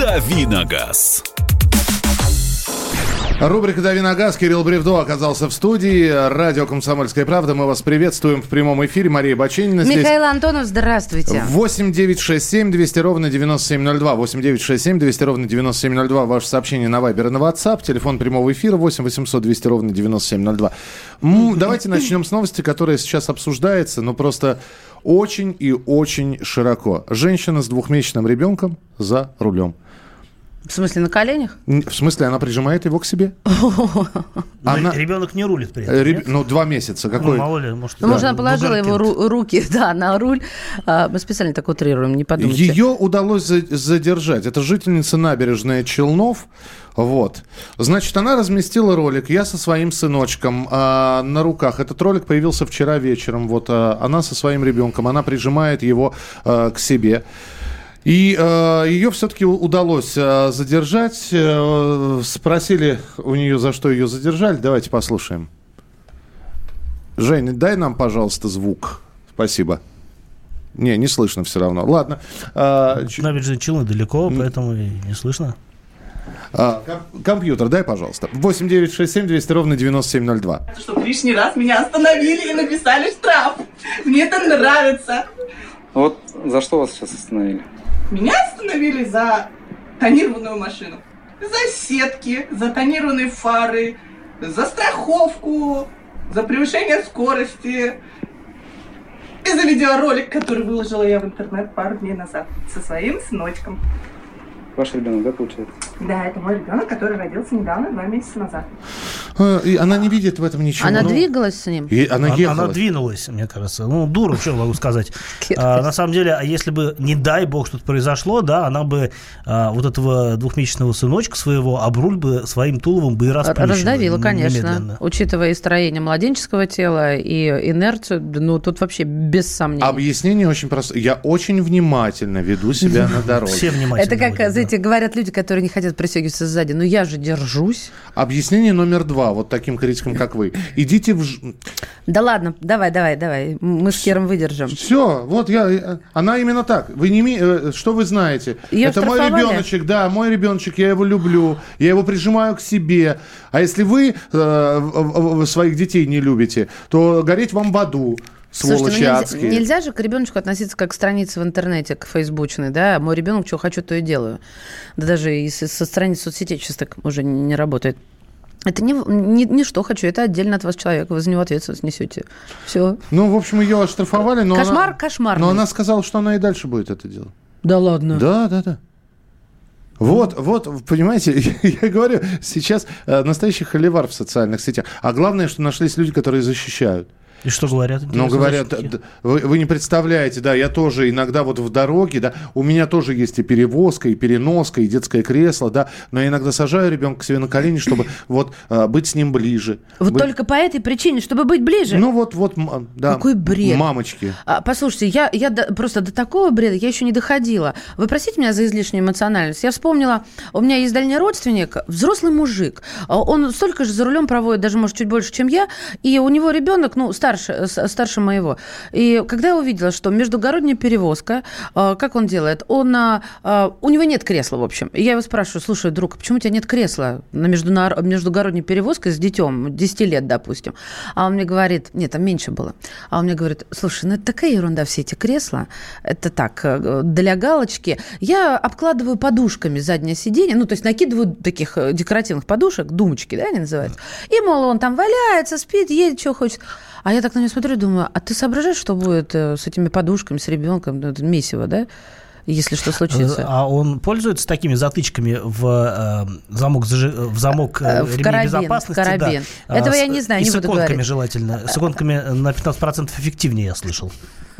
«Давиногаз». Рубрика «Дави на газ». Кирилл Бревдо оказался в студии. Радио «Комсомольская правда». Мы вас приветствуем в прямом эфире. Мария Баченина здесь. Михаил Антонов, здравствуйте. 8 9 6 7 200 ровно 9702. 8 9 6 7 200 ровно 9702. Ваше сообщение на Вайбер и на WhatsApp. Телефон прямого эфира 8 800 200 ровно 9702. Давайте начнем с новости, которая сейчас обсуждается, но просто очень и очень широко. Женщина с двухмесячным ребенком за рулем. В смысле, на коленях? В смысле, она прижимает его к себе? Ребенок не рулит при этом, 2 месяца. Какой? Мало ли, может, Может, она положила его руки на руль. Мы специально так утрируем, не подумайте. Ее удалось задержать. Это жительница набережной Челнов. Вот. Значит, она разместила ролик. Я со своим сыночком на руках. Этот ролик появился вчера вечером. Вот она со своим ребенком. Она прижимает его к себе. И ее все-таки удалось задержать. Спросили у нее, за что ее задержали. Давайте послушаем. Женя, дай нам, пожалуйста, звук. Спасибо. Не слышно все равно. Ладно. Набережная Челны далеко, поэтому и не слышно. Компьютер, дай, пожалуйста. 8 9 6 7 200 ровно 9702. Чтобы лишний раз меня остановили и написали штраф. Мне это нравится. Вот за что вас сейчас остановили? Меня остановили за тонированную машину. За сетки, за тонированные фары, за страховку, за превышение скорости. И за видеоролик, который выложила я в интернет пару дней назад со своим сыночком. Ваш ребенок, да, получается? Да, это мой ребенок, который родился недавно, 2 месяца назад. И она не видит в этом ничего. Она двигалась с ним? И она двинулась, мне кажется. Дура, что могу сказать. На самом деле, если бы, не дай бог, что-то произошло, да, она бы вот этого 2-месячного сыночка своего об руль бы своим туловом бы и расплющила. Раздавила, конечно. Немедленно. Учитывая и строение младенческого тела, и инерцию, тут вообще без сомнений. Объяснение очень простое. Я очень внимательно веду себя на дороге. Все внимательно. Это как, знаете, говорят люди, которые не хотят пристегиваться сзади. Но я же держусь. Объяснение номер 2, вот таким критикам, как вы. Идите в... Да ладно, давай. Мы с Киром выдержим. Все, вот она именно так. Вы не что вы знаете? Её это мой штрафовали? ребеночек, да, мой ребеночек, я его люблю, я его прижимаю к себе. А если вы своих детей не любите, то гореть вам в аду. Сволочи адские. Нельзя же к ребеночку относиться как к странице в интернете, к фейсбучной, да? Мой ребенок, что хочу, то и делаю. Да даже и со страниц соцсетей сейчас так уже не работает. Это не что хочу, это отдельно от вас человек, вы за него ответственность несете. Все. В общем, ее оштрафовали, но кошмарный. Но она сказала, что она и дальше будет это делать. Да ладно? Да. Вот, понимаете, я говорю, сейчас настоящий холивар в социальных сетях. А главное, что нашлись люди, которые защищают. И что говорят? Говорят, вы не представляете, да, я тоже иногда вот в дороге, да, у меня тоже есть и перевозка, и переноска, и детское кресло, да, но я иногда сажаю ребенка к себе на колени, чтобы быть с ним ближе. Только по этой причине, чтобы быть ближе? Да. Какой бред. Мамочки. Послушайте, я просто до такого бреда я еще не доходила. Вы простите меня за излишнюю эмоциональность. Я вспомнила, у меня есть дальний родственник, взрослый мужик. Он столько же за рулем проводит, даже, может, чуть больше, чем я, и у него ребенок, старше моего. И когда я увидела, что междугородняя перевозка, как он делает? У него нет кресла, в общем. И я его спрашиваю: слушай, друг, почему у тебя нет кресла на междугородней перевозке с детем, 10 лет, допустим? А он мне говорит, нет, там меньше было. А он мне говорит: слушай, это такая ерунда, все эти кресла. Это так, для галочки. Я обкладываю подушками заднее сиденье, то есть накидываю таких декоративных подушек, думочки, да, они называются. И, мол, он там валяется, спит, едет, что хочет. А я так на него смотрю и думаю, а ты соображаешь, что будет с этими подушками, с ребенком, это месиво, да? Если что случится. А он пользуется такими затычками в замок ремней безопасности? В карабин. Да. Этого я не знаю, не буду говорить. И с иконками желательно. С иконками на 15% эффективнее, я слышал.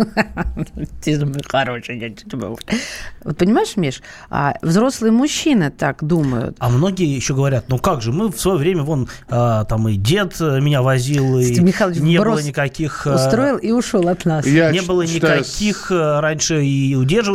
Ты мой хороший, я тебя... Вот понимаешь, Миш, взрослые мужчины так думают. А многие еще говорят, как же, мы в свое время, там и дед меня возил, и не было никаких... Устроил и ушел от нас. Не было никаких раньше и удерживающих устройств,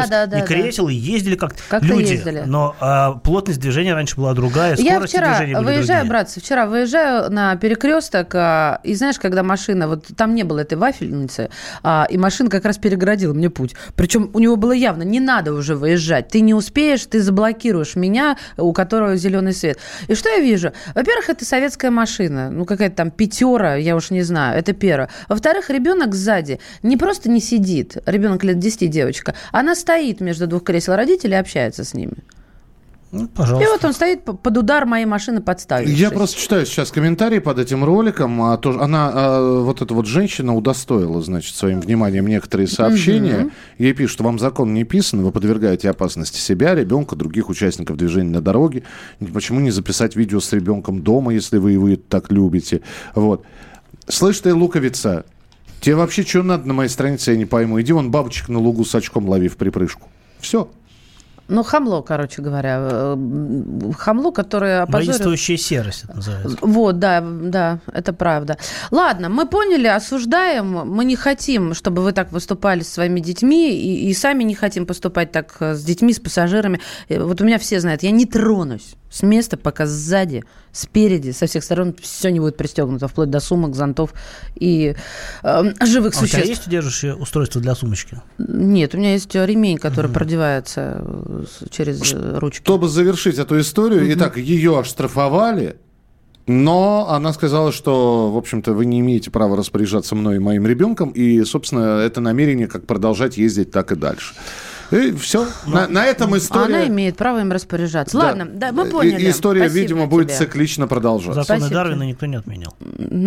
не кресел, и ездили как-то люди. Ездили. Но плотность движения раньше была другая, скорость движения были другие. Братцы, вчера выезжаю на перекресток, и знаешь, когда машина, вот там не было этой вафельницы, и машина как раз перегородила мне путь. Причем у него было явно, не надо уже выезжать. Ты не успеешь, ты заблокируешь меня, у которого зеленый свет. И что я вижу? Во-первых, это советская машина, ну какая-то там Пятера, я уж не знаю, это первое. Во-вторых, ребенок сзади не просто не сидит, ребенок лет 10, девочка, она стоит между двух кресел родителей и общается с ними. Ну, пожалуйста. И вот он стоит под удар моей машины, подставившись. Я просто читаю сейчас комментарии под этим роликом. Она, вот эта вот женщина, удостоила, значит, своим вниманием некоторые сообщения. Ей пишут, что вам закон не писан, вы подвергаете опасности себя, ребенка, других участников движения на дороге. Почему не записать видео с ребенком дома, если вы его так любите? Вот. Слышь ты, луковица, тебе вообще что надо на моей странице, я не пойму. Иди вон бабочек на лугу с очком лови в припрыжку. Все. Ну, хамло, короче говоря. Хамло, которое опозорило... Воинствующая серость это называется. Вот, да, это правда. Ладно, мы поняли, осуждаем. Мы не хотим, чтобы вы так выступали со своими детьми, и сами не хотим поступать так с детьми, с пассажирами. Вот у меня все знают, я не тронусь с места, пока сзади, спереди, со всех сторон все не будет пристегнуто, вплоть до сумок, зонтов и живых существ. У тебя есть удерживающее устройство для сумочки? Нет, у меня есть ремень, который продевается через ручки. Чтобы завершить эту историю, итак, ее оштрафовали, но она сказала, что, в общем-то, вы не имеете права распоряжаться мной и моим ребенком, и, собственно, это намерение как продолжать ездить, так и дальше. И все. На этом история... Она имеет право им распоряжаться. Да. Ладно, да, мы поняли. История, Спасибо видимо, будет тебе циклично продолжаться. Законы Дарвина никто не отменял.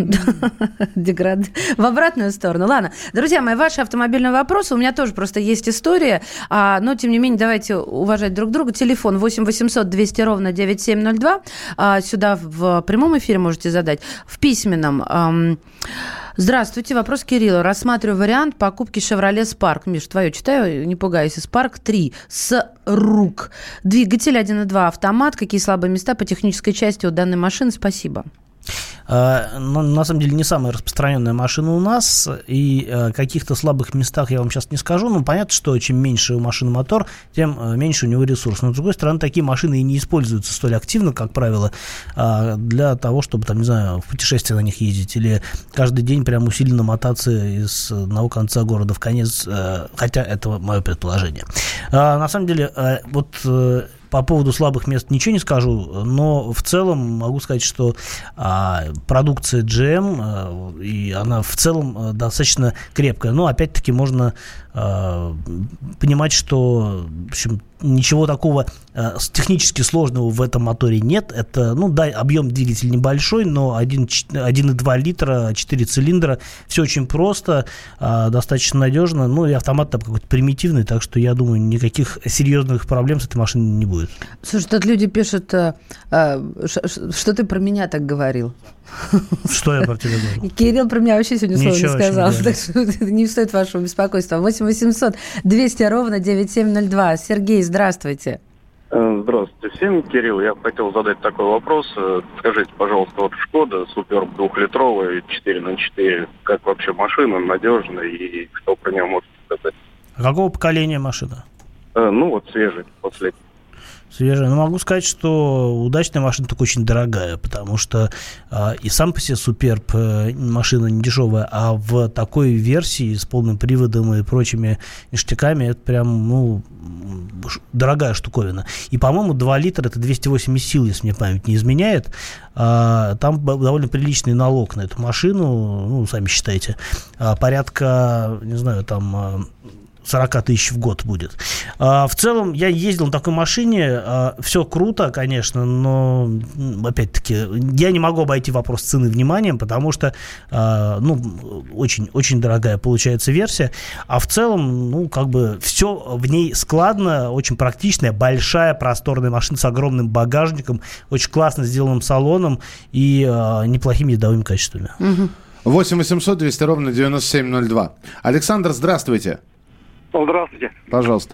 Деград. В обратную сторону. Ладно. Друзья мои, ваши автомобильные вопросы. У меня тоже просто есть история. Но, тем не менее, давайте уважать друг друга. Телефон 8 800 200 ровно 9702. Сюда в прямом эфире можете задать. В письменном... Здравствуйте, вопрос Кириллу. Рассматриваю вариант покупки Chevrolet Spark. Миш, твою читаю, не пугайся. Spark 3 с рук. Двигатель 1.2 автомат. Какие слабые места по технической части у данной машины? Спасибо. Но, на самом деле, не самая распространенная машина у нас, и о каких-то слабых местах я вам сейчас не скажу, но понятно, что чем меньше у машины мотор, тем меньше у него ресурс. Но, с другой стороны, такие машины и не используются столь активно, как правило, для того, чтобы, там, не знаю, в путешествие на них ездить, или каждый день прям усиленно мотаться из одного конца города в конец, хотя это мое предположение. На самом деле, вот... По поводу слабых мест ничего не скажу, но в целом могу сказать, что продукция GM, и она в целом достаточно крепкая. Но опять-таки можно понимать, что, в общем, ничего такого технически сложного в этом моторе нет. Это, ну да, объем двигателя небольшой, но 1,2 литра, 4 цилиндра. Все очень просто, достаточно надежно. Ну и автомат там какой-то примитивный, так что я думаю, никаких серьезных проблем с этой машиной не будет. Слушай, тут люди пишут, что ты про меня так говорил. Что я про тебя говорил? Кирилл про меня вообще сегодня слова не сказал. Так что не стоит вашего беспокойства. 8 800 200 ровно 9702. Сергей, здравствуйте. Здравствуйте всем. Кирилл, я хотел задать такой вопрос. Скажите, пожалуйста, вот Шкода Суперб 2-литровая 4х4, как вообще машина, надежная, и что про нее можете сказать? А какого поколения машина? Ну вот свежий, последний. Свежая. Но могу сказать, что удачная машина только очень дорогая, потому что и сам по себе Суперб машина не дешевая, а в такой версии с полным приводом и прочими ништяками это прям, ну, дорогая штуковина. И, по-моему, 2 литра это 280 сил, если мне память не изменяет. Там довольно приличный налог на эту машину, ну, сами считайте, порядка, не знаю, там... 40 тысяч в год будет. В целом, я ездил на такой машине. Все круто, конечно, но, опять-таки, я не могу обойти вопрос цены вниманием, потому что, ну, очень, очень дорогая получается версия. А в целом, ну, как бы, все в ней складно, очень практичная, большая, просторная машина с огромным багажником, очень классно сделанным салоном и неплохими ездовыми качествами. 8 800 200 ровно 9702. Александр, здравствуйте. Здравствуйте. Пожалуйста.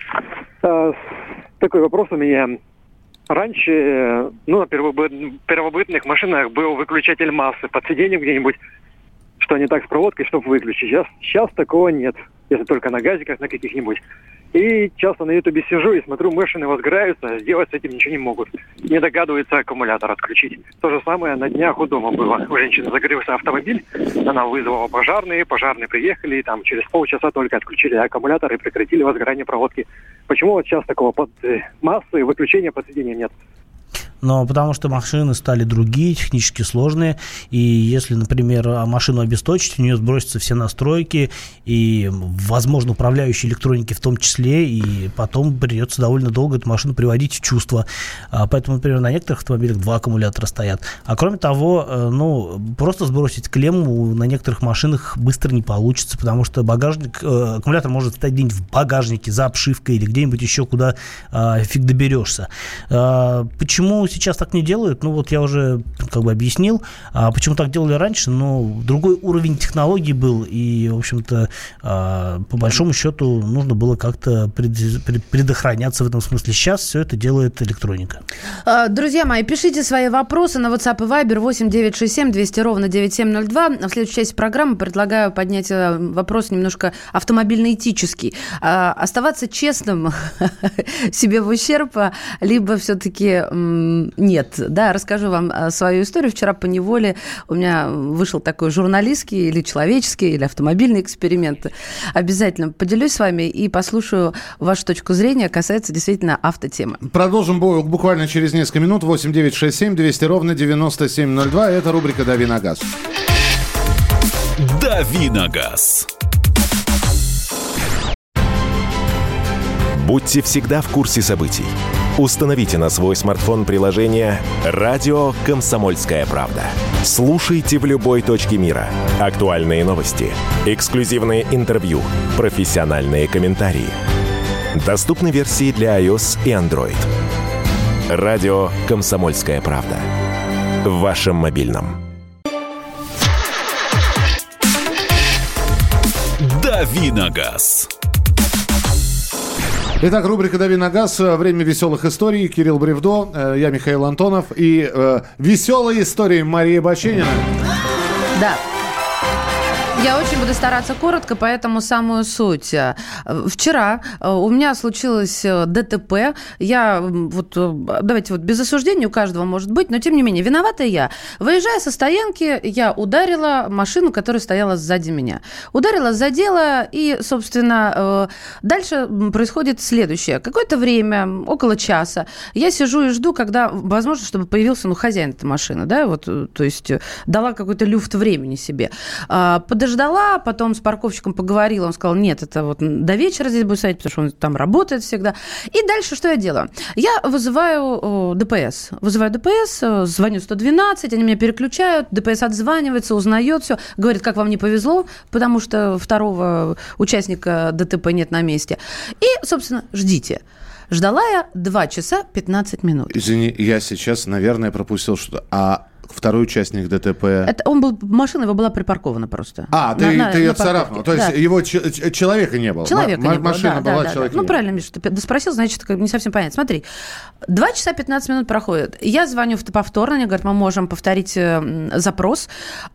Такой вопрос у меня. Раньше, ну, на первобытных машинах был выключатель массы под сиденьем где-нибудь, что не так с проводкой, чтобы выключить. Сейчас такого нет, если только на газиках на каких-нибудь. И часто на Ютубе сижу и смотрю, машины возгораются, сделать с этим ничего не могут. Не догадываются аккумулятор отключить. То же самое на днях у дома было. У женщины загорелся автомобиль, она вызвала пожарные приехали, и там через полчаса только отключили аккумулятор и прекратили возгорание проводки. Почему вот сейчас такого под массы выключения подсоединения нет? Но потому что машины стали другие, технически сложные, и если, например, машину обесточить, у нее сбросятся все настройки, и, возможно, управляющие электроники в том числе, и потом придется довольно долго эту машину приводить в чувство. Поэтому, например, на некоторых автомобилях 2 аккумулятора стоят. А кроме того, просто сбросить клемму на некоторых машинах быстро не получится, потому что аккумулятор может стоять где-нибудь в багажнике, за обшивкой или где-нибудь еще, куда фиг доберешься. Почему сейчас так не делают? Я уже объяснил. Почему так делали раньше? Другой уровень технологий был, и, в общем-то, по большому счету, нужно было как-то предохраняться в этом смысле. Сейчас все это делает электроника. Друзья мои, пишите свои вопросы на WhatsApp и Viber 8 967 200 ровно 9702. В следующей части программы предлагаю поднять вопрос немножко автомобильно-этический. Оставаться честным себе в ущерб, либо все-таки нет. Да, расскажу вам свою историю. Вчера по неволе у меня вышел такой журналистский или человеческий, или автомобильный эксперимент. Обязательно поделюсь с вами и послушаю вашу точку зрения, касается действительно автотемы. Продолжим буквально через несколько минут. 8 967 200 ровно 9702. Это рубрика «Дави на газ». «Дави на газ». Будьте всегда в курсе событий. Установите на свой смартфон приложение «Радио Комсомольская правда». Слушайте в любой точке мира. Актуальные новости, эксклюзивные интервью, профессиональные комментарии. Доступны версии для iOS и Android. «Радио Комсомольская правда». В вашем мобильном. «Дави на газ». Итак, рубрика «Дави на газ». Время веселых историй. Кирилл Бревдо, я Михаил Антонов. И веселые истории Мария Баченина. Да. Я очень буду стараться коротко, поэтому самую суть. Вчера у меня случилось ДТП. Давайте без осуждения, у каждого может быть, но тем не менее, виновата я. Выезжая со стоянки, я ударила машину, которая стояла сзади меня. Ударила, задела, и, собственно, дальше происходит следующее. Какое-то время, около часа, я сижу и жду, когда, возможно, чтобы появился хозяин этой машины, да, то есть дала какой-то люфт времени себе. Подождала, потом с парковщиком поговорила, он сказал, нет, это до вечера здесь будет стоять, потому что он там работает всегда. И дальше что я делаю? Я вызываю ДПС. Звоню 112, они меня переключают, ДПС отзванивается, узнает все, говорит, как вам не повезло, потому что второго участника ДТП нет на месте. И, собственно, ждите. Ждала я 2 часа 15 минут. Извини, я сейчас, наверное, пропустил что-то. Второй участник ДТП... Машина его была припаркована просто. Ты ее царапнул. То есть его человека не было. Человека не было, машина была, человека не было. Правильно, Миша, ты спросил, значит, не совсем понятно. Смотри, 2 часа 15 минут проходит. Я звоню повторно, они говорят, мы можем повторить запрос.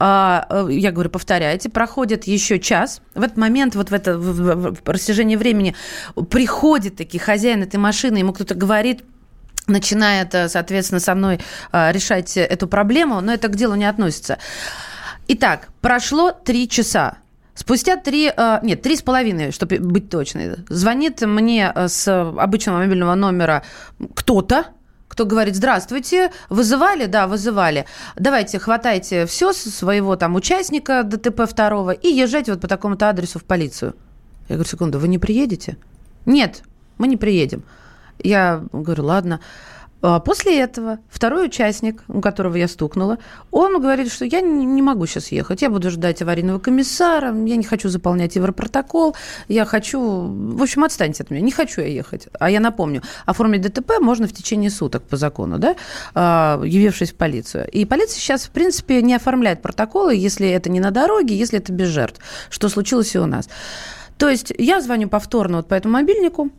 Я говорю, повторяйте. Проходит еще час. В этот момент, в растяжении времени приходит таки хозяин этой машины, ему кто-то говорит, начинает, соответственно, со мной решать эту проблему, но это к делу не относится. Итак, прошло 3 часа. Спустя 3,5, чтобы быть точной, звонит мне с обычного мобильного номера кто-то, кто говорит, здравствуйте, вызывали? Да, вызывали. Давайте, хватайте все своего участника ДТП второго и езжайте по такому-то адресу в полицию. Я говорю, секунду, вы не приедете? Нет, мы не приедем. Я говорю, ладно. После этого второй участник, у которого я стукнула, он говорит, что я не могу сейчас ехать, я буду ждать аварийного комиссара, я не хочу заполнять европротокол, я хочу... В общем, отстаньте от меня, не хочу я ехать. А я напомню, оформить ДТП можно в течение суток по закону, да, явившись в полицию. И полиция сейчас, в принципе, не оформляет протоколы, если это не на дороге, если это без жертв, что случилось и у нас. То есть я звоню повторно по этому мобильнику,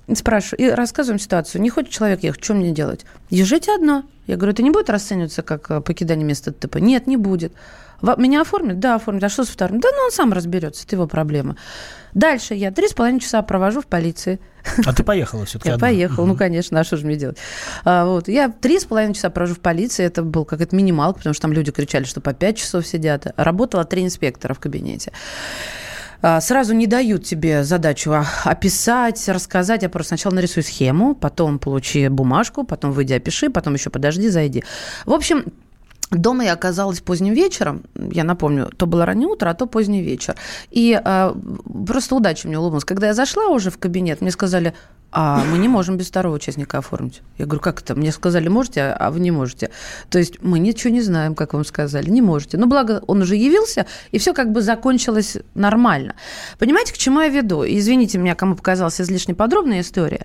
Спрашиваю, и рассказываем ситуацию. Не хочет человек ехать, что мне делать? Езжайте одна. Я говорю, это не будет расцениваться как покидание места ДТП? Нет, не будет. Меня оформят? Да, оформят. А что с вторым? Да, он сам разберется, это его проблема. Дальше я 3,5 часа провожу в полиции. А ты поехала все-таки? Я поехала, конечно, а что же мне делать? Я 3,5 часа провожу в полиции, это был какая-то минималка, потому что там люди кричали, что по 5 часов сидят. Работало 3 инспектора в кабинете. Сразу не дают тебе задачу описать, рассказать. Я просто сначала нарисую схему, потом получи бумажку, потом выйди, опиши, потом еще подожди, зайди. В общем, дома я оказалась поздним вечером. Я напомню, то было раннее утро, а то поздний вечер. И просто удача мне улыбнулась. Когда я зашла уже в кабинет, мне сказали... мы не можем без второго участника оформить. Я говорю, как это? Мне сказали, можете, а вы не можете. То есть мы ничего не знаем, как вам сказали, не можете. Но благо он уже явился, и все как бы закончилось нормально. Понимаете, к чему я веду? Извините меня, кому показалась излишне подробная история.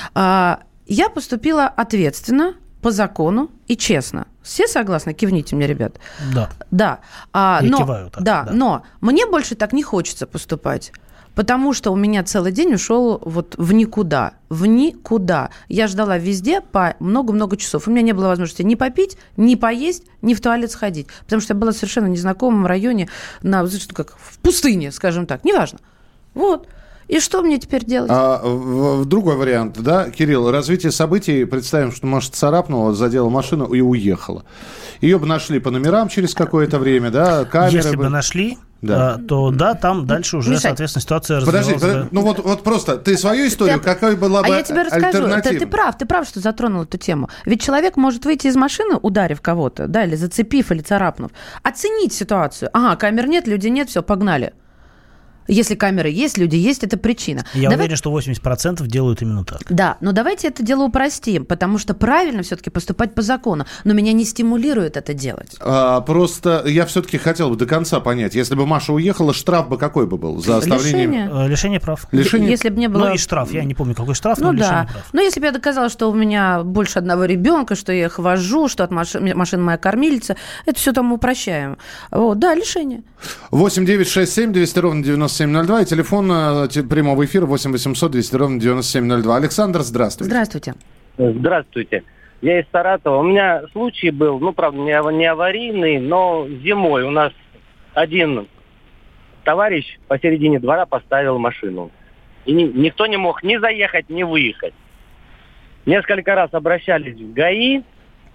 Я поступила ответственно, по закону и честно. Все согласны? Кивните мне, ребят. Да. Да. Киваю так. Да, но мне больше так не хочется поступать. Потому что у меня целый день ушел вот в никуда. В никуда. Я ждала везде по много-много часов. У меня не было возможности ни попить, ни поесть, ни в туалет сходить. Потому что я была в совершенно незнакомом районе, в пустыне, скажем так. Неважно. Вот. И что мне теперь делать? Другой вариант, да, Кирилл, развитие событий, представим, что, может, царапнула, задела машину и уехала. Ее бы нашли по номерам через какое-то время, да, камеры. Если бы нашли, да. То да, там дальше уже, соответственно, ситуация развивалась. Подожди, ну вот просто, ты свою историю, какой была бы альтернатива? А я тебе расскажу, ты прав, что затронул эту тему. Ведь человек может выйти из машины, ударив кого-то, да, или зацепив, или царапнув, оценить ситуацию. Камер нет, людей нет, все, погнали. Если камеры есть, люди есть, это причина. Я уверен, что 80% делают именно так. Да, но давайте это дело упростим, потому что правильно все-таки поступать по закону, но меня не стимулирует это делать. Просто я все-таки хотел бы до конца понять, если бы Маша уехала, штраф бы какой бы был за оставление? Лишение прав. Если бы не было... Ну и штраф, я не помню, какой штраф, но лишение прав. Но если бы я доказала, что у меня больше одного ребенка, что я их вожу, что от машины моя кормилица, это все там упрощаем. Да, лишение. 8-9-6-7, 200-97-02, и телефон прямого эфира 8-800-200-97-02. Александр, здравствуйте. Здравствуйте. Здравствуйте. Я из Саратова. У меня случай был, правда, не аварийный, но зимой у нас один товарищ посередине двора поставил машину. И никто не мог ни заехать, ни выехать. Несколько раз обращались в ГАИ,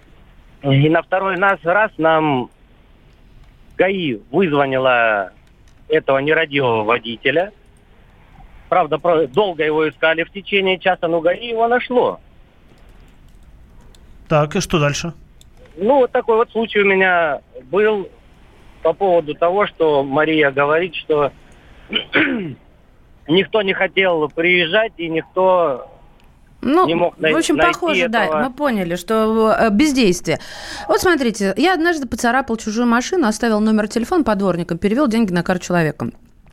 и на второй раз нам ГАИ вызвонила этого нерадивого водителя. Правда, долго его искали в течение часа, но ГАИ его нашло. Так, и что дальше? Вот такой вот случай у меня был по поводу того, что Мария говорит, что никто не хотел приезжать и никто... не мог в общем, похоже, этого. Да, мы поняли, что бездействие. Вот смотрите, я однажды поцарапал чужую машину, оставил номер телефона под дворником, перевел деньги на карту человека.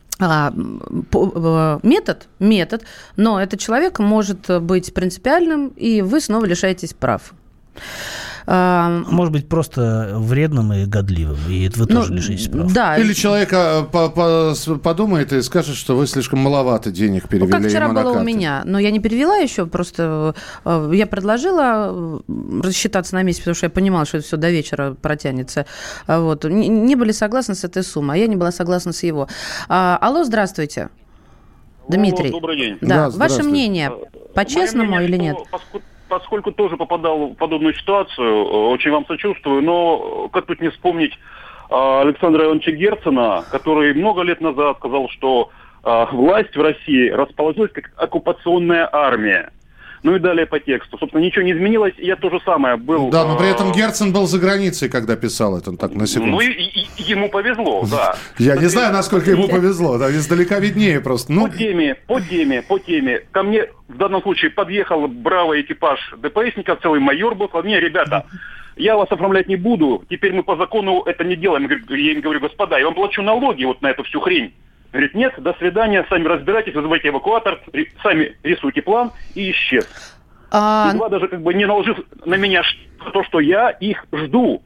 Метод, но этот человек может быть принципиальным, и вы снова лишаетесь прав. Может быть, просто вредным и годливым, и вы тоже лишитесь прав. Да. Или человек подумает и скажет, что вы слишком маловато денег перевели ему на карту. Как вчера было у меня, но я не перевела еще, просто я предложила рассчитаться на месяц, потому что я понимала, что это все до вечера протянется. Не были согласны с этой суммой, а я не была согласна с его. Алло, здравствуйте. Дмитрий. Добрый день. Да, ваше мнение, по-честному или нет? Поскольку тоже попадал в подобную ситуацию, очень вам сочувствую, но как тут не вспомнить Александра Ивановича Герцена, который много лет назад сказал, что власть в России расположилась как оккупационная армия. Ну и далее по тексту. Собственно, ничего не изменилось, я то же самое был... Да, но при этом Герцен был за границей, когда писал это, так, на секунду. Ну и ему повезло, да. Я не знаю, насколько ему повезло, да, издалека виднее просто. По теме. Ко мне в данном случае подъехал бравый экипаж ДПСников, целый майор был, сказал: не, ребята, я вас оформлять не буду, теперь мы по закону это не делаем. Я им говорю: господа, я вам плачу налоги вот на эту всю хрень. Говорит: нет, до свидания, сами разбирайтесь, вызывайте эвакуатор, сами рисуйте план, и исчез. Едва даже не наложив на меня то, что я их жду.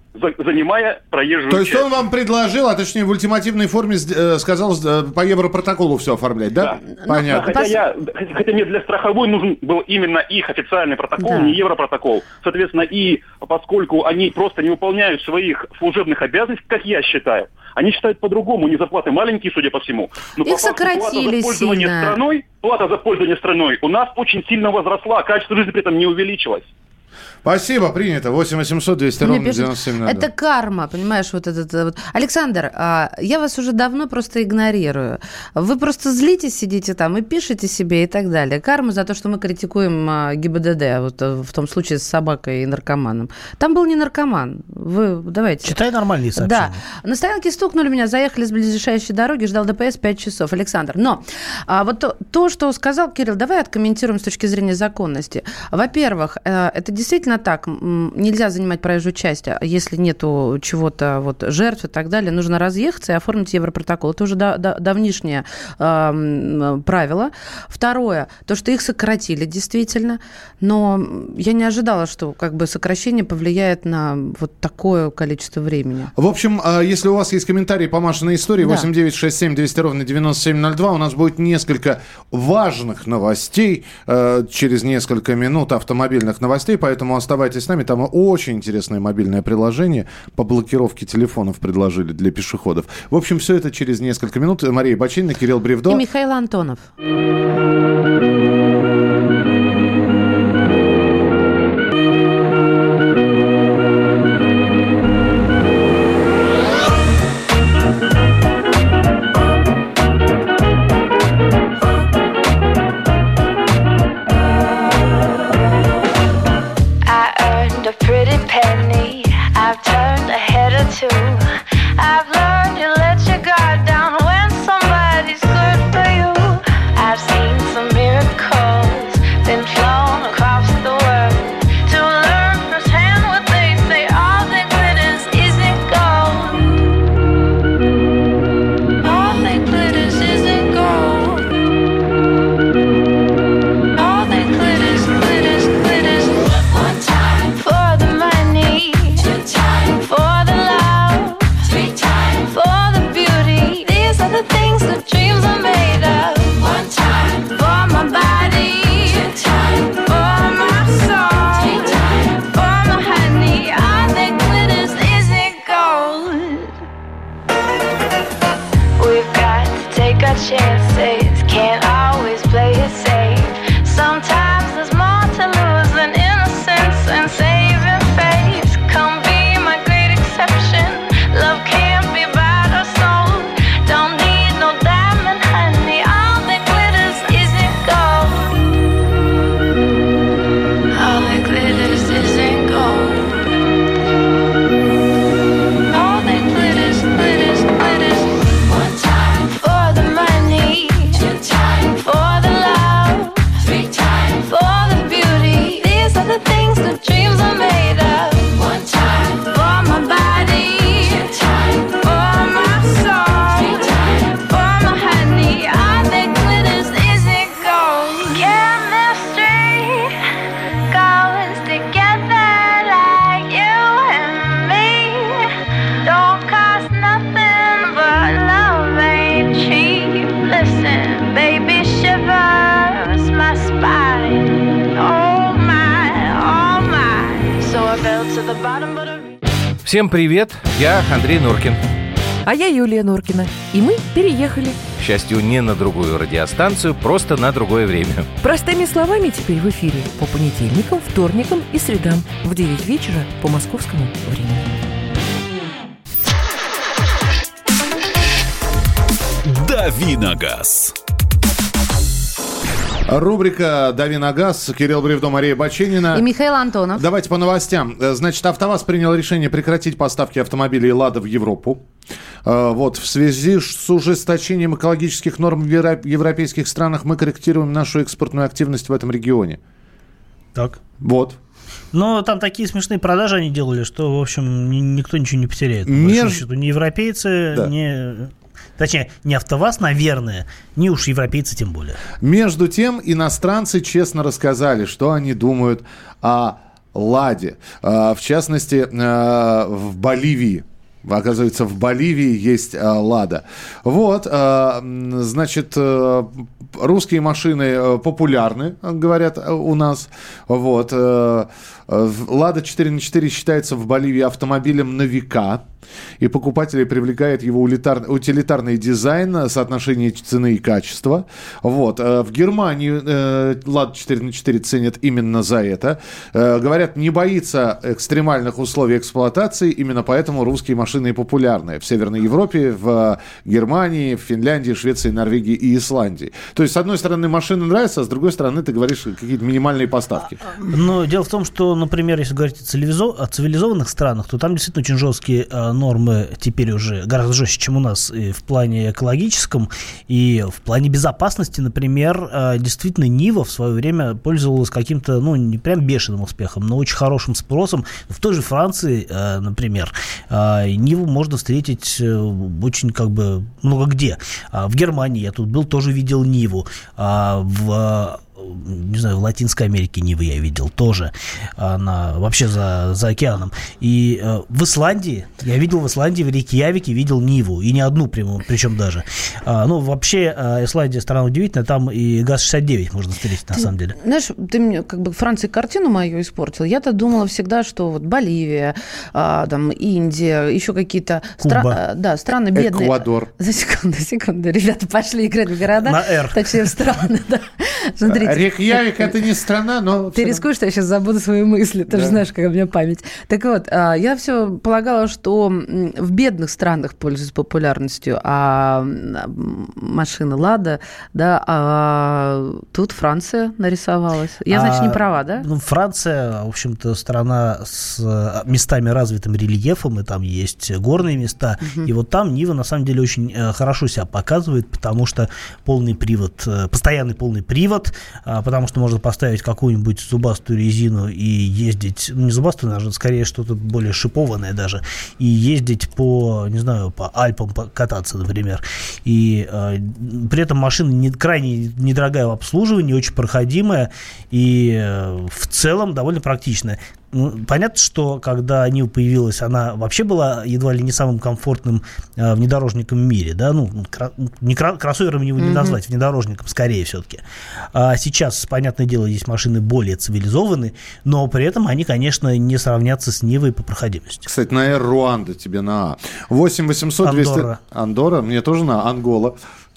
занимая проезжую То есть часть. он вам предложил, а точнее в ультимативной форме сказал по европротоколу все оформлять, да? Понятно. Хотя мне для страховой нужен был именно их официальный протокол, не европротокол. Соответственно, и поскольку они просто не выполняют своих служебных обязанностей, как я считаю, они считают по-другому, не зарплаты маленькие, судя по всему. Но их сократили сильно. Плата за пользование страной у нас очень сильно возросла, а качество жизни при этом не увеличилось. Спасибо, принято. 8 800 200 ровно 9702. Это карма, понимаешь, вот этот вот. Александр, я вас уже давно просто игнорирую. Вы просто злитесь, сидите там и пишете себе и так далее. Карма за то, что мы критикуем ГИБДД, вот в том случае с собакой и наркоманом. Там был не наркоман. Вы давайте. Читай нормальные сообщения. Да. На стоянке стукнули меня, заехали с ближайшей дороги, ждал ДПС 5 часов. Александр, но вот то, что сказал Кирилл, давай откомментируем с точки зрения законности. Во-первых, это действительно так. Нельзя занимать проезжую часть, если нету чего-то, вот, жертв и так далее. Нужно разъехаться и оформить европротокол. Это уже давнишнее правило. Второе, то, что их сократили действительно, но я не ожидала, что как бы сокращение повлияет на вот такое количество времени. В общем, если у вас есть комментарии по Машиной истории, 8967 200 ровно 9702, у нас будет несколько важных новостей через несколько минут, автомобильных новостей, поэтому оставайтесь с нами. Там очень интересное мобильное приложение по блокировке телефонов предложили для пешеходов. В общем, все это через несколько минут. Мария Бачинина, Кирилл Бревдо. И Михаил Антонов. Всем привет, я Андрей Норкин. А я Юлия Норкина. И мы переехали. К счастью, не на другую радиостанцию, просто на другое время. Простыми словами теперь в эфире по понедельникам, вторникам и средам в 9 вечера по московскому времени. «Дави на газ». Рубрика «Дави на газ». Кирилл Бревдо, Мария Бачинина. И Михаил Антонов. Давайте по новостям. Значит, АвтоВАЗ принял решение прекратить поставки автомобилей «Лада» в Европу. Вот, в связи с ужесточением экологических норм в европейских странах мы корректируем нашу экспортную активность в этом регионе. Так. Вот. Но там такие смешные продажи они делали, что, в общем, никто ничего не потеряет. По большому счету. Ни европейцы, ни... Точнее, не АвтоВАЗ, наверное, не уж европейцы тем более. Между тем, иностранцы честно рассказали, что они думают о «Ладе». В частности, в Боливии. Оказывается, в Боливии есть «Лада». Вот, значит, русские машины популярны, говорят у нас. Вот. «Лада 4х4» считается в Боливии автомобилем на века. И покупателей привлекает его утилитарный дизайн, соотношение цены и качества. Вот. В Германии «Лада 4х4» ценят именно за это. Говорят, не боится экстремальных условий эксплуатации, именно поэтому русские машины и популярны в Северной Европе, в Германии, в Финляндии, Швеции, Норвегии и Исландии. То есть, с одной стороны, машины нравятся, а с другой стороны, ты говоришь какие-то минимальные поставки. Но дело в том, что, например, если говорить о цивилизованных странах, то там действительно очень жесткие нормы теперь уже гораздо жестче, чем у нас и в плане экологическом, и в плане безопасности. Например, действительно, Нива в свое время пользовалась каким-то, не прям бешеным успехом, но очень хорошим спросом. В той же Франции, например, Ниву можно встретить очень много где. В Германии я тут был, тоже видел Ниву. В Латинской Америке Нивы я видел тоже, она вообще за океаном. И в Исландии, я видел в Рейкьявике видел Ниву, и не одну причем даже. Вообще, Исландия страна удивительная, там и ГАЗ-69 можно встретить, на самом деле. Знаешь, ты мне Франции картину мою испортил. Я-то думала всегда, что вот Боливия, там, Индия, еще какие-то страны бедные. Эквадор. Секунду, ребята, пошли играть в города. На «Р». Точнее, в страны, да. Смотрите. Рейкьявик – это не страна, но... Ты рискуешь, что я сейчас забуду свои мысли. Ты же знаешь, какая у меня память. Так вот, я все полагала, что в бедных странах пользуются популярностью, а машина «Лада», да, а тут Франция нарисовалась. Я, значит, не права, да? Франция, в общем-то, страна с местами развитым рельефом, и там есть горные места. И вот там Нива, на самом деле, очень хорошо себя показывает, потому что постоянный полный привод, потому что можно поставить какую-нибудь зубастую резину и ездить, не зубастую, даже скорее что-то более шипованное даже, и ездить по Альпам кататься, например. И при этом машина крайне недорогая в обслуживании, очень проходимая и в целом довольно практичная. Понятно, что когда Нива появилась, она вообще была едва ли не самым комфортным внедорожником в мире, да, кроссовером его не назвать, внедорожником скорее все-таки. А сейчас, понятное дело, есть машины более цивилизованные, но при этом они, конечно, не сравнятся с Нивой по проходимости. Кстати, на «Р» Руанда тебе на А. 8 800 200... Андорра, мне тоже на Ангола.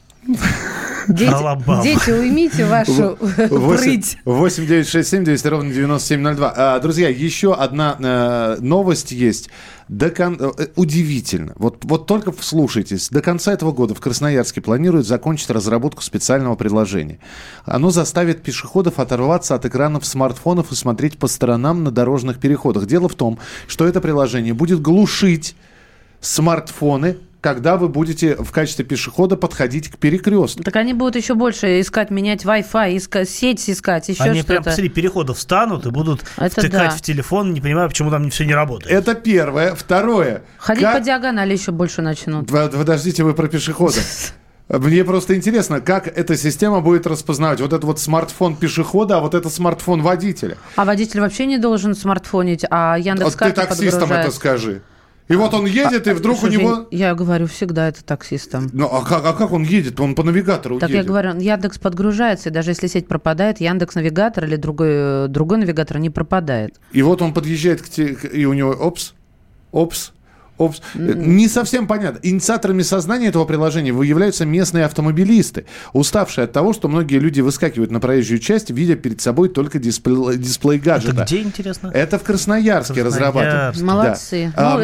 Дети, уймите вашу прыть. 8 967 200 ровно 9702. Друзья, еще одна новость есть. Удивительно. Вот только вслушайтесь. До конца этого года в Красноярске планируют закончить разработку специального приложения. Оно заставит пешеходов оторваться от экранов смартфонов и смотреть по сторонам на дорожных переходах. Дело в том, что это приложение будет глушить смартфоны, когда вы будете в качестве пешехода подходить к перекрестку. Так они будут еще больше менять Wi-Fi, сеть искать, еще они что-то. Прям посреди переходов встанут и будут втыкать в телефон, не понимая, почему там все не работает. Это первое. Второе. Ходить по диагонали еще больше начнут. Подождите, вы про пешехода. Мне просто интересно, как эта система будет распознавать. Вот это вот смартфон пешехода, а вот это смартфон водителя. А водитель вообще не должен смартфонить, а Яндекс.Карта подгружает. Ты таксистам это скажи. И вот он едет, и вдруг у него... Я говорю, всегда это таксистам. А как он едет? Он по навигатору едет. Так я говорю, Яндекс подгружается, и даже если сеть пропадает, Яндекс.Навигатор или другой навигатор не пропадает. И вот он подъезжает и у него опс. Не совсем понятно. Инициаторами создания этого приложения являются местные автомобилисты, уставшие от того, что многие люди выскакивают на проезжую часть, видя перед собой только дисплей гаджета. Это где, интересно? Это в Красноярске разрабатывают. Молодцы. Да.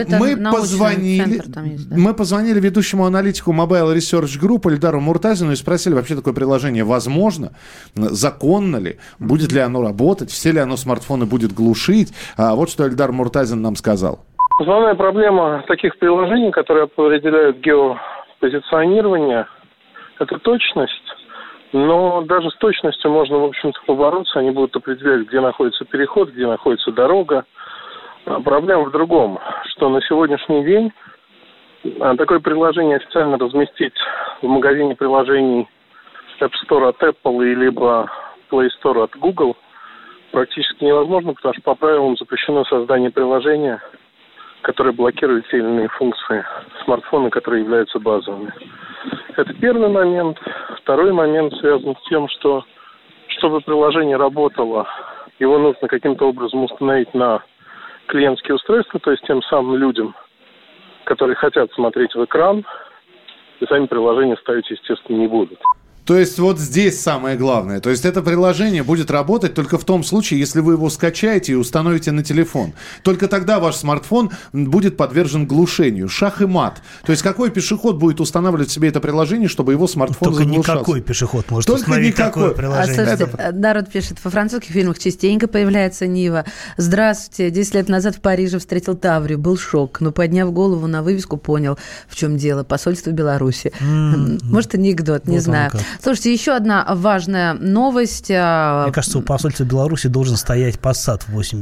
Мы позвонили ведущему аналитику Mobile Research Group Эльдару Муртазину и спросили, вообще такое приложение возможно, законно ли, будет ли оно работать, все ли оно смартфоны будет глушить. Вот что Эльдар Муртазин нам сказал. Основная проблема таких приложений, которые определяют геопозиционирование, это точность. Но даже с точностью можно, в общем-то, побороться. Они будут определять, где находится переход, где находится дорога. Проблема в другом, что на сегодняшний день такое приложение официально разместить в магазине приложений App Store от Apple и либо Play Store от Google практически невозможно, потому что по правилам запрещено создание приложения, которое блокирует те или иные функции смартфона, которые являются базовыми. Это первый момент. Второй момент связан с тем, что чтобы приложение работало, его нужно каким-то образом установить на клиентские устройства, то есть тем самым людям, которые хотят смотреть в экран, и сами приложения ставить, естественно, не будут. То есть вот здесь самое главное. То есть это приложение будет работать только в том случае, если вы его скачаете и установите на телефон. Только тогда ваш смартфон будет подвержен глушению. Шах и мат. То есть какой пешеход будет устанавливать себе это приложение, чтобы его смартфон только заглушался? Только никакой пешеход может только установить никакой. такое приложение. Слушайте, народ пишет, во французских фильмах частенько появляется Нива. Здравствуйте, 10 лет назад в Париже встретил Таврию. Был шок, но подняв голову на вывеску, понял, в чем дело. Посольство Беларуси. Может, анекдот, не знаю. Слушайте, еще одна важная новость. Мне кажется, у посольства Беларуси должен стоять Passat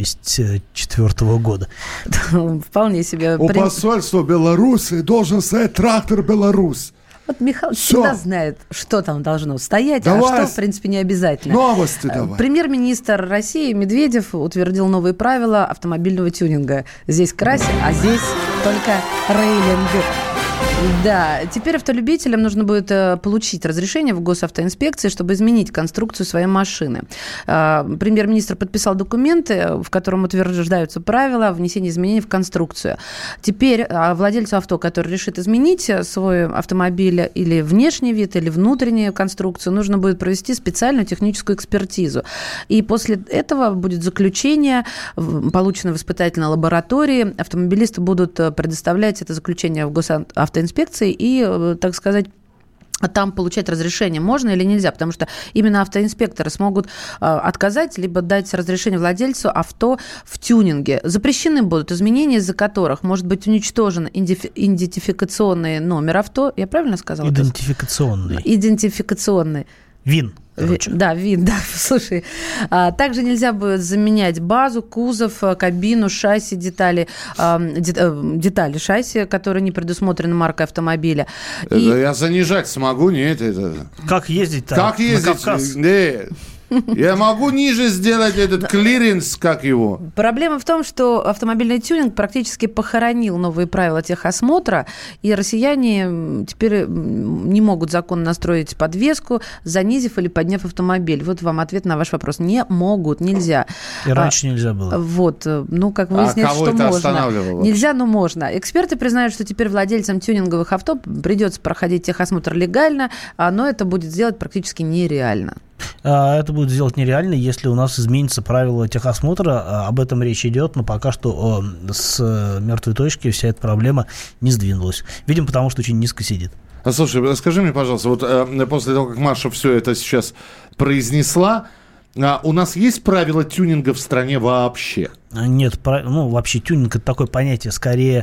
1984 года. Вполне себе. У посольства Беларуси должен стоять трактор «Беларусь». Вот Михаил всегда знает, что там должно стоять, давай, а что, в принципе, не обязательно. Новости давай. Премьер-министр России Медведев утвердил новые правила автомобильного тюнинга. Здесь красит, а здесь только рейлинг. Да, теперь автолюбителям нужно будет получить разрешение в госавтоинспекции, чтобы изменить конструкцию своей машины. Премьер-министр подписал документы, в котором утверждаются правила внесения изменений в конструкцию. Теперь владельцу авто, который решит изменить свой автомобиль или внешний вид, или внутреннюю конструкцию, нужно будет провести специальную техническую экспертизу. И после этого будет заключение, полученное в испытательной лаборатории. Автомобилисты будут предоставлять это заключение в госавтоинспекции и, так сказать, там получать разрешение можно или нельзя, потому что именно автоинспекторы смогут отказать либо дать разрешение владельцу авто в тюнинге. Запрещены будут изменения, из-за которых может быть уничтожен идентификационный номер авто. Я правильно сказала? Идентификационный. ВИН. Короче. Да, ВИН, да, слушай. Также нельзя будет заменять базу, кузов, кабину, шасси, детали шасси, которые не предусмотрены маркой автомобиля. Я занижать смогу? Нет. Как ездить-то? Как ездить? На Кавказ? Нет. Я могу ниже сделать этот клиренс, как его. Проблема в том, что автомобильный тюнинг практически похоронил новые правила техосмотра, и россияне теперь не могут законно настроить подвеску, занизив или подняв автомобиль. Вот вам ответ на ваш вопрос. Не могут, нельзя. И раньше нельзя было. Вот, как выяснилось, что можно. Нельзя, но можно. Эксперты признают, что теперь владельцам тюнинговых авто придется проходить техосмотр легально, но это будет сделать практически нереально. Это будет сделать нереально, если у нас изменится правило техосмотра. Об этом речь идет, но пока что с мертвой точки вся эта проблема не сдвинулась. Видимо, потому что очень низко сидит. Слушай, скажи мне, пожалуйста, вот после того, как Маша все это сейчас произнесла, у нас есть правила тюнинга в стране вообще? Нет, вообще тюнинг – это такое понятие скорее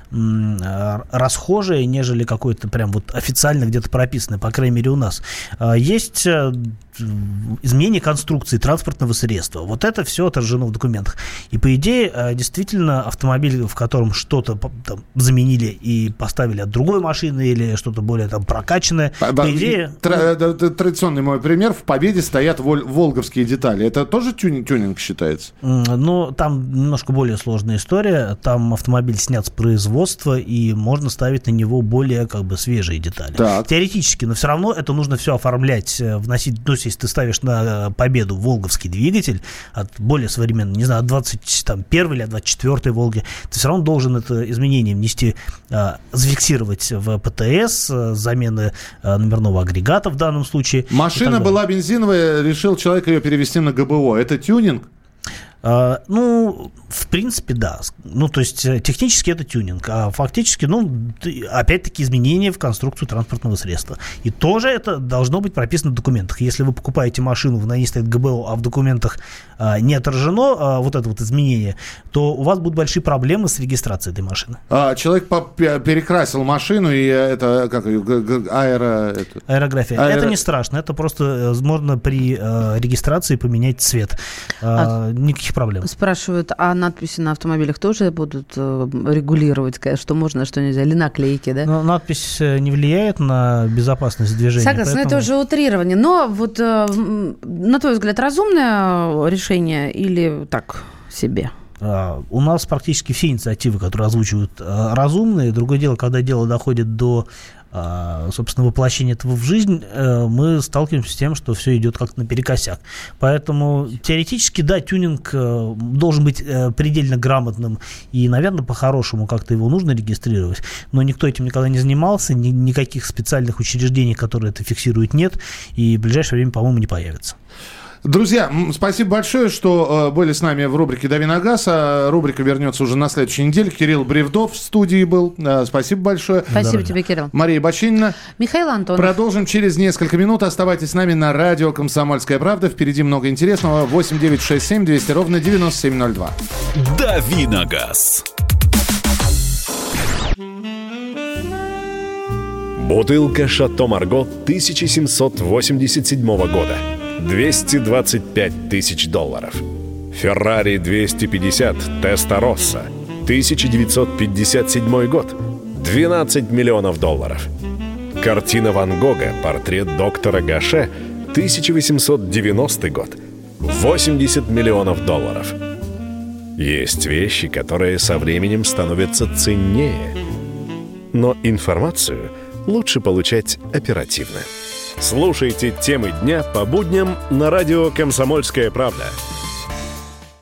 расхожее, нежели какое-то прям вот официально где-то прописанное, по крайней мере, у нас. Есть изменение конструкции транспортного средства. Вот это все отражено в документах. И, по идее, действительно, автомобиль, в котором что-то там заменили и поставили от другой машины или что-то более там прокачанное, по идее... Традиционный мой пример. В «Победе» стоят волговские детали. Это тоже тюнинг считается? Ну, там немножко более сложная история. Там автомобиль снят с производства, и можно ставить на него более свежие детали. Так. Теоретически, но все равно это нужно все оформлять, вносить. То есть, если ты ставишь на «Победу» волговский двигатель от более современного, не знаю, от 21 или от 24 «Волги», ты все равно должен это изменение внести, зафиксировать в ПТС, замены номерного агрегата в данном случае. Машина была бензиновая, решил человек ее перевести на ГБО. Это тюнинг? В принципе, да. То есть, технически это тюнинг, а фактически, опять-таки, изменения в конструкцию транспортного средства. И тоже это должно быть прописано в документах. Если вы покупаете машину, на ней стоит ГБО, а в документах не отражено вот это вот изменение, то у вас будут большие проблемы с регистрацией этой машины. Человек перекрасил машину, и это, аэрография. Это не страшно, это просто можно при регистрации поменять цвет. Никаких проблем. Спрашивают, а надписи на автомобилях тоже будут регулировать, что можно, а что нельзя? Или наклейки, да? Но надпись не влияет на безопасность движения. Согласна, поэтому... это уже утрирование. Но вот, на твой взгляд, разумное решение или так себе? У нас практически все инициативы, которые озвучивают, разумные. Другое дело, когда дело доходит до, собственно, воплощения этого в жизнь, мы сталкиваемся с тем, что все идет как-то наперекосяк. Поэтому теоретически, да, тюнинг должен быть предельно грамотным, и, наверное, по-хорошему как-то его нужно регистрировать, но никто этим никогда не занимался, никаких специальных учреждений, которые это фиксируют, нет, и в ближайшее время, по-моему, не появится. Друзья, спасибо большое, что были с нами в рубрике «Дави на газ». Рубрика вернется уже на следующей неделе. Кирилл Бревдов в студии был. Спасибо большое. Спасибо тебе, Кирилл. Мария Бочинина. Михаил Антонов. Продолжим через несколько минут. Оставайтесь с нами на радио «Комсомольская правда». Впереди много интересного. 8-967-200-97-02. «Дави на газ». Бутылка «Шато Марго» 1787 года. $225 тысяч. Феррари 250 Теста-Росса, 1957 год. $12 миллионов. Картина Ван Гога «Портрет доктора Гаше», 1890 год. $80 миллионов. Есть вещи, которые со временем становятся ценнее. Но информацию лучше получать оперативно. Слушайте темы дня по будням на радио «Комсомольская правда».